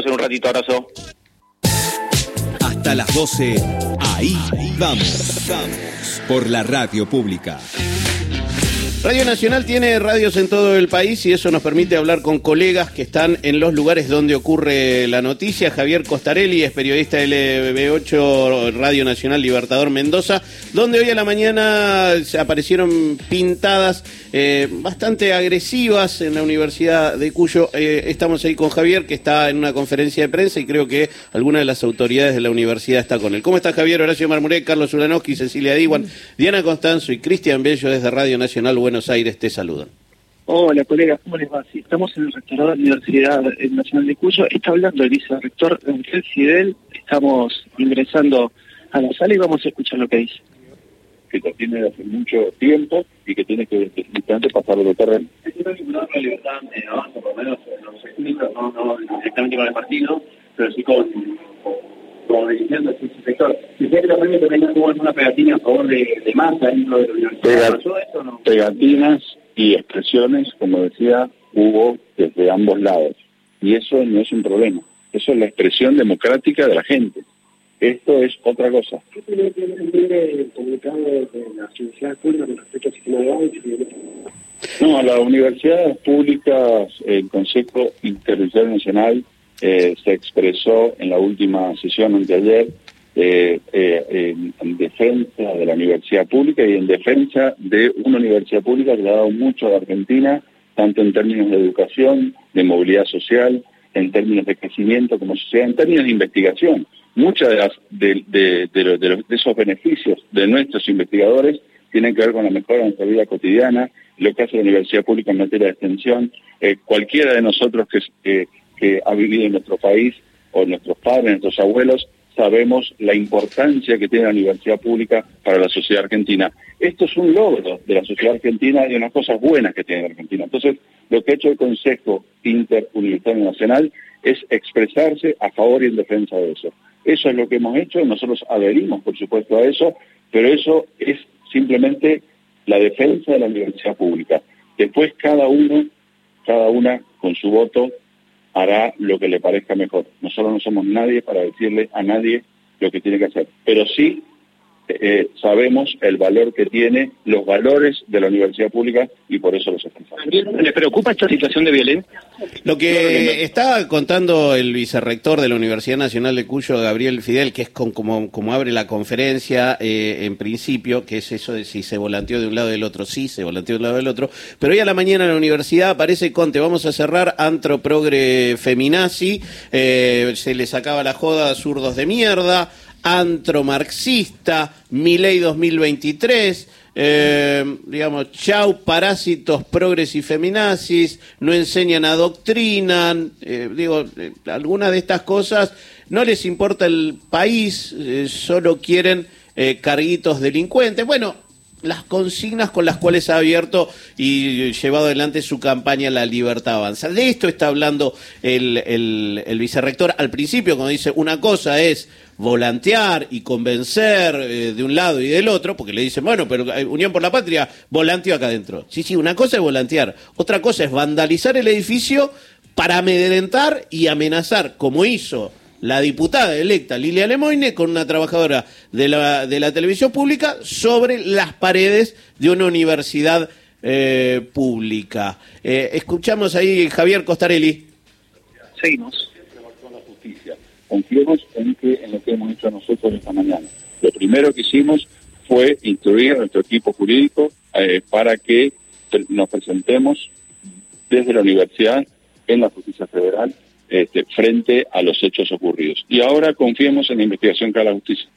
en un ratito, abrazo. Hasta las 12, ahí vamos, por la radio pública. Radio Nacional tiene radios en todo el país y eso nos permite hablar con colegas que están en los lugares donde ocurre la noticia. Javier Costarelli es periodista de LB8 Radio Nacional Libertador Mendoza, donde hoy a la mañana aparecieron pintadas bastante agresivas en la Universidad de Cuyo. Estamos ahí con Javier, que está en una conferencia de prensa y creo que alguna de las autoridades de la universidad está con él. ¿Cómo está, Javier? Horacio Marmurek, Carlos Ulanowski, Cecilia Diwan, Diana Constanzo y Cristian Bello desde Radio Nacional Buenos Aires te saludan. Hola, colegas, ¿cómo les va? Sí, estamos en el rectorado de la Universidad Nacional de Cuyo. Está hablando el vicerrector Gabriel Fidel. Estamos ingresando a la sala y vamos a escuchar lo que dice. Que lo tiene de hace mucho tiempo y que tiene que definitivamente pasar de terreno. No hay ninguna libertad de avance, por lo menos no se explica, no directamente con el partido, pero sí como dirigiendo ese sector. Si usted también tuvo alguna pegatina a favor de masa dentro de la universidad, ¿pasó eso o no? Pegatinas y expresiones, como decía, hubo desde ambos lados. Y eso no es un problema. Eso es la expresión democrática de la gente. Esto es otra cosa. ¿Qué tiene que ver el comunicado de la universidad pública con respecto al sistema de avance? No, las universidades públicas, el Consejo Interuniversitario Nacional se expresó en la última sesión anteayer en defensa de la universidad pública y en defensa de una universidad pública que le ha dado mucho a la Argentina, tanto en términos de educación, de movilidad social, en términos de crecimiento como sociedad, en términos de investigación. Muchas de esos beneficios de nuestros investigadores tienen que ver con la mejora de nuestra vida cotidiana, lo que hace la universidad pública en materia de extensión. Cualquiera de nosotros que ha vivido en nuestro país, o nuestros padres, nuestros abuelos, sabemos la importancia que tiene la universidad pública para la sociedad argentina. Esto es un logro de la sociedad argentina y de unas cosas buenas que tiene la Argentina. Entonces, lo que ha hecho el Consejo Interuniversitario Nacional es expresarse a favor y en defensa de eso. Eso es lo que hemos hecho, nosotros adherimos, por supuesto, a eso, pero eso es simplemente la defensa de la universidad pública. Después cada una, con su voto, hará lo que le parezca mejor. Nosotros no somos nadie para decirle a nadie lo que tiene que hacer, pero sí sabemos el valor que tiene, los valores de la universidad pública y por eso los expresamos. ¿Le preocupa esta situación de violencia? Lo que está contando el vicerrector de la Universidad Nacional de Cuyo, Gabriel Fidel, que es como abre la conferencia en principio, que es eso de si se volanteó de un lado del otro, sí, se volanteó de un lado del otro, pero hoy a la mañana en la universidad aparece Conte, vamos a cerrar antro progre feminazi, se le sacaba la joda a zurdos de mierda, antro marxista, Milei 2023, digamos, chau parásitos progres y feminazis, no enseñan, adoctrinan, algunas de estas cosas no les importa el país, solo quieren carguitos delincuentes. Bueno, las consignas con las cuales ha abierto y llevado adelante su campaña La Libertad Avanza. De esto está hablando el vicerrector al principio, cuando dice una cosa es volantear y convencer de un lado y del otro, porque le dicen, bueno, pero Unión por la Patria volanteó acá adentro. Sí, una cosa es volantear, otra cosa es vandalizar el edificio para amedrentar y amenazar, como hizo la diputada electa Lilia Lemoyne con una trabajadora de la televisión pública sobre las paredes de una universidad pública. Escuchamos ahí Javier Costarelli. Seguimos. Confiemos en lo que hemos hecho nosotros esta mañana. Lo primero que hicimos fue instruir a nuestro equipo jurídico para que nos presentemos desde la universidad en la justicia federal frente a los hechos ocurridos. Y ahora confiemos en la investigación que haga la justicia.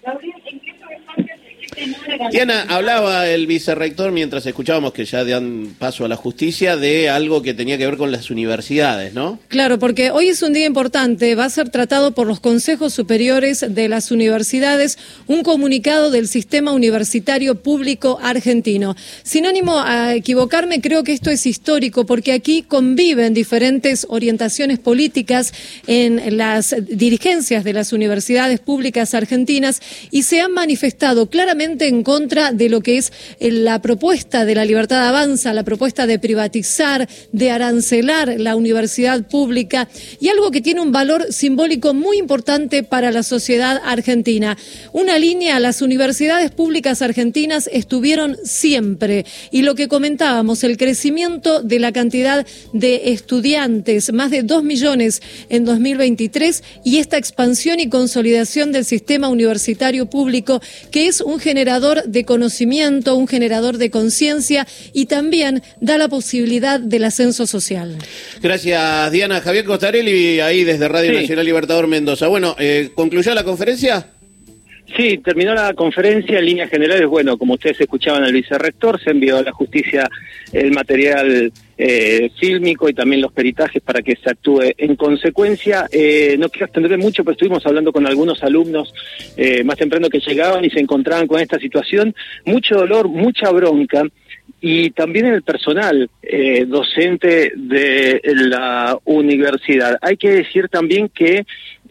Diana, hablaba el vicerrector mientras escuchábamos que ya dan paso a la justicia de algo que tenía que ver con las universidades, ¿no? Claro, porque hoy es un día importante, va a ser tratado por los consejos superiores de las universidades un comunicado del sistema universitario público argentino. Sin ánimo a equivocarme, creo que esto es histórico porque aquí conviven diferentes orientaciones políticas en las dirigencias de las universidades públicas argentinas y se han manifestado claramente claramente en contra de lo que es la propuesta de La Libertad Avanza, la propuesta de privatizar, de arancelar la universidad pública, y algo que tiene un valor simbólico muy importante para la sociedad argentina. Una línea: las universidades públicas argentinas estuvieron siempre, y lo que comentábamos, el crecimiento de la cantidad de estudiantes, más de 2 millones en 2023, y esta expansión y consolidación del sistema universitario público, que es un generador de conocimiento, un generador de conciencia, y también da la posibilidad del ascenso social. Gracias, Diana. Javier Costarelli, ahí desde Radio Nacional Libertador Mendoza. Bueno, ¿concluyó la conferencia? Sí, terminó la conferencia. En líneas generales, bueno, como ustedes escuchaban al vicerrector, se envió a la justicia el material fílmico y también los peritajes para que se actúe en consecuencia. No quiero extenderme mucho, pero estuvimos hablando con algunos alumnos más temprano que llegaban y se encontraban con esta situación. Mucho dolor, mucha bronca. Y también en el personal docente de la universidad. Hay que decir también que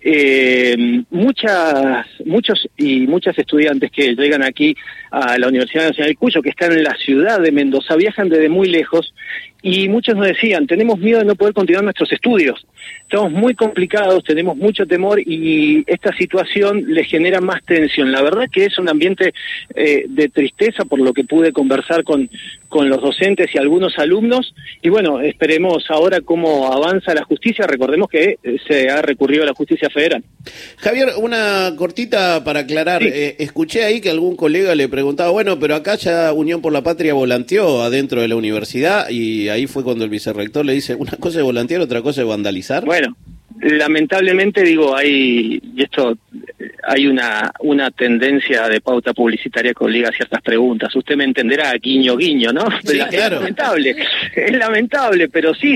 muchos y muchas estudiantes que llegan aquí a la Universidad Nacional de Cuyo, que están en la ciudad de Mendoza, viajan desde muy lejos, y muchos nos decían: tenemos miedo de no poder continuar nuestros estudios, estamos muy complicados, tenemos mucho temor, y esta situación les genera más tensión. La verdad que es un ambiente de tristeza, por lo que pude conversar con los docentes y algunos alumnos, y bueno, esperemos ahora cómo avanza la justicia. Recordemos que se ha recurrido a la justicia federal. Javier, una cortita para aclarar. Sí. Escuché ahí que algún colega le preguntaba: bueno, pero acá ya Unión por la Patria volanteó adentro de la universidad, y ahí fue cuando el vicerrector le dice: una cosa es volantear, otra cosa es vandalizar. Bueno, lamentablemente, digo, hay una tendencia de pauta publicitaria que obliga a ciertas preguntas. Usted me entenderá, guiño, guiño, ¿no? Sí, claro. Es lamentable, pero sí.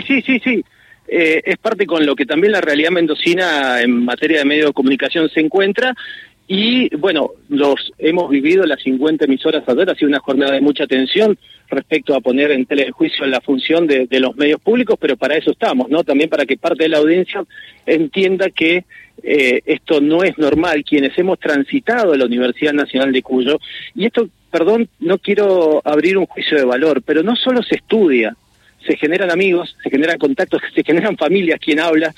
Es parte con lo que también la realidad mendocina en materia de medios de comunicación se encuentra. Y bueno, los hemos vivido las 50 emisoras ayer, ha sido una jornada de mucha tensión respecto a poner en tela de juicio la función de los medios públicos, pero para eso estamos, ¿no? También para que parte de la audiencia entienda que esto no es normal. Quienes hemos transitado la Universidad Nacional de Cuyo, y esto, perdón, no quiero abrir un juicio de valor, pero no solo se estudia, se generan amigos, se generan contactos, se generan familias. Quien habla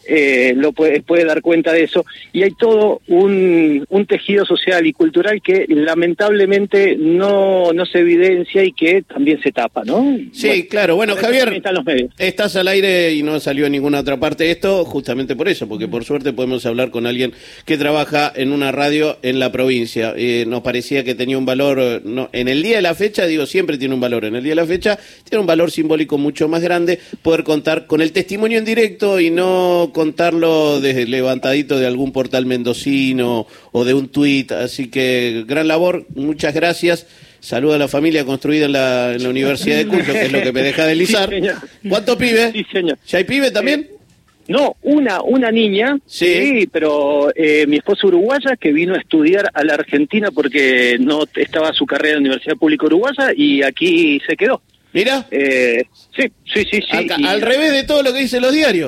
puede dar cuenta de eso, y hay todo un tejido social y cultural que lamentablemente no se evidencia y que también se tapa, ¿no? Sí, bueno, claro. Bueno, Javier, estás al aire y no salió en ninguna otra parte esto, justamente por eso, porque por suerte podemos hablar con alguien que trabaja en una radio en la provincia. Nos parecía que tenía un valor, no, en el día de la fecha, digo, siempre tiene un valor, en el día de la fecha tiene un valor simbólico mucho más grande poder contar con el testimonio en directo y no contarlo desde levantadito de algún portal mendocino o de un tuit. Así que gran labor, muchas gracias. Saluda a la familia construida en la Universidad de Cuyo, que es lo que me deja deslizar. Sí, ¿cuántos pibes? Sí, señor. ¿Ya hay pibes también? No, una niña, sí, pero mi esposa uruguaya, que vino a estudiar a la Argentina porque no estaba su carrera en la Universidad Pública Uruguaya, y aquí se quedó. Mira. Sí. Al revés de todo lo que dicen los diarios.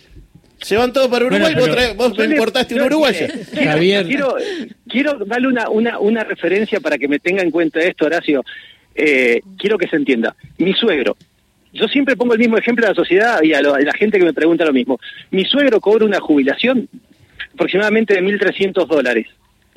Se van todos para Uruguay. Bueno, vos me importaste una uruguaya. Javier. Quiero darle una referencia para que me tenga en cuenta esto, Horacio. Quiero que se entienda. Mi suegro. Yo siempre pongo el mismo ejemplo a la sociedad y a la gente que me pregunta lo mismo. Mi suegro cobra una jubilación aproximadamente de $1.300.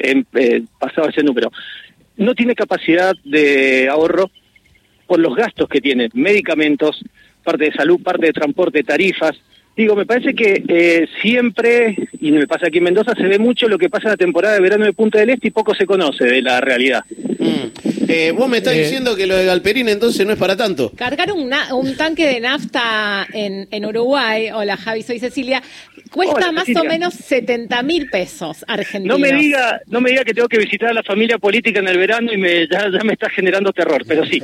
Pasaba ese número. No tiene capacidad de ahorro por los gastos que tiene. Medicamentos, parte de salud, parte de transporte, tarifas. Digo, me parece que siempre, y me pasa aquí en Mendoza, se ve mucho lo que pasa en la temporada de verano de Punta del Este y poco se conoce de la realidad. Vos me estás diciendo que lo de Galperín entonces no es para tanto. Cargar un tanque de nafta en Uruguay, hola Javi, soy Cecilia, cuesta hola, más Cecilia. o menos 70.000 pesos argentinos. No me diga que tengo que visitar a la familia política en el verano y ya me está generando terror, pero sí.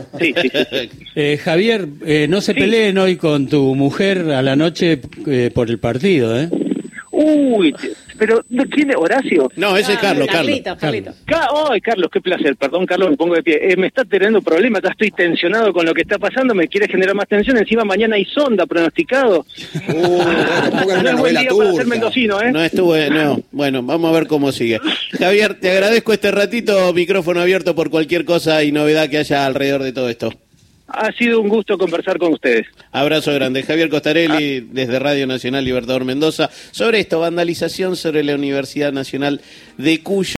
Javier, no se peleen hoy con tu mujer a la noche por el partido, ¿eh? Uy, pero ¿quién es? ¿Horacio? No, ese es Carlos. Carlito. Ay, Carlos, qué placer. Perdón, Carlos, me pongo de pie. Me está teniendo problemas, ya estoy tensionado con lo que está pasando, me quiere generar más tensión. Encima mañana hay sonda pronosticado. Pongan una No es buen novela día para ser turca. mendocino, ¿eh? No estuve, no. Bueno, vamos a ver cómo sigue. Javier, te agradezco este ratito, micrófono abierto por cualquier cosa y novedad que haya alrededor de todo esto. Ha sido un gusto conversar con ustedes. Abrazo grande. Javier Costarelli, desde Radio Nacional Libertador Mendoza, sobre esto, vandalización sobre la Universidad Nacional de Cuyo.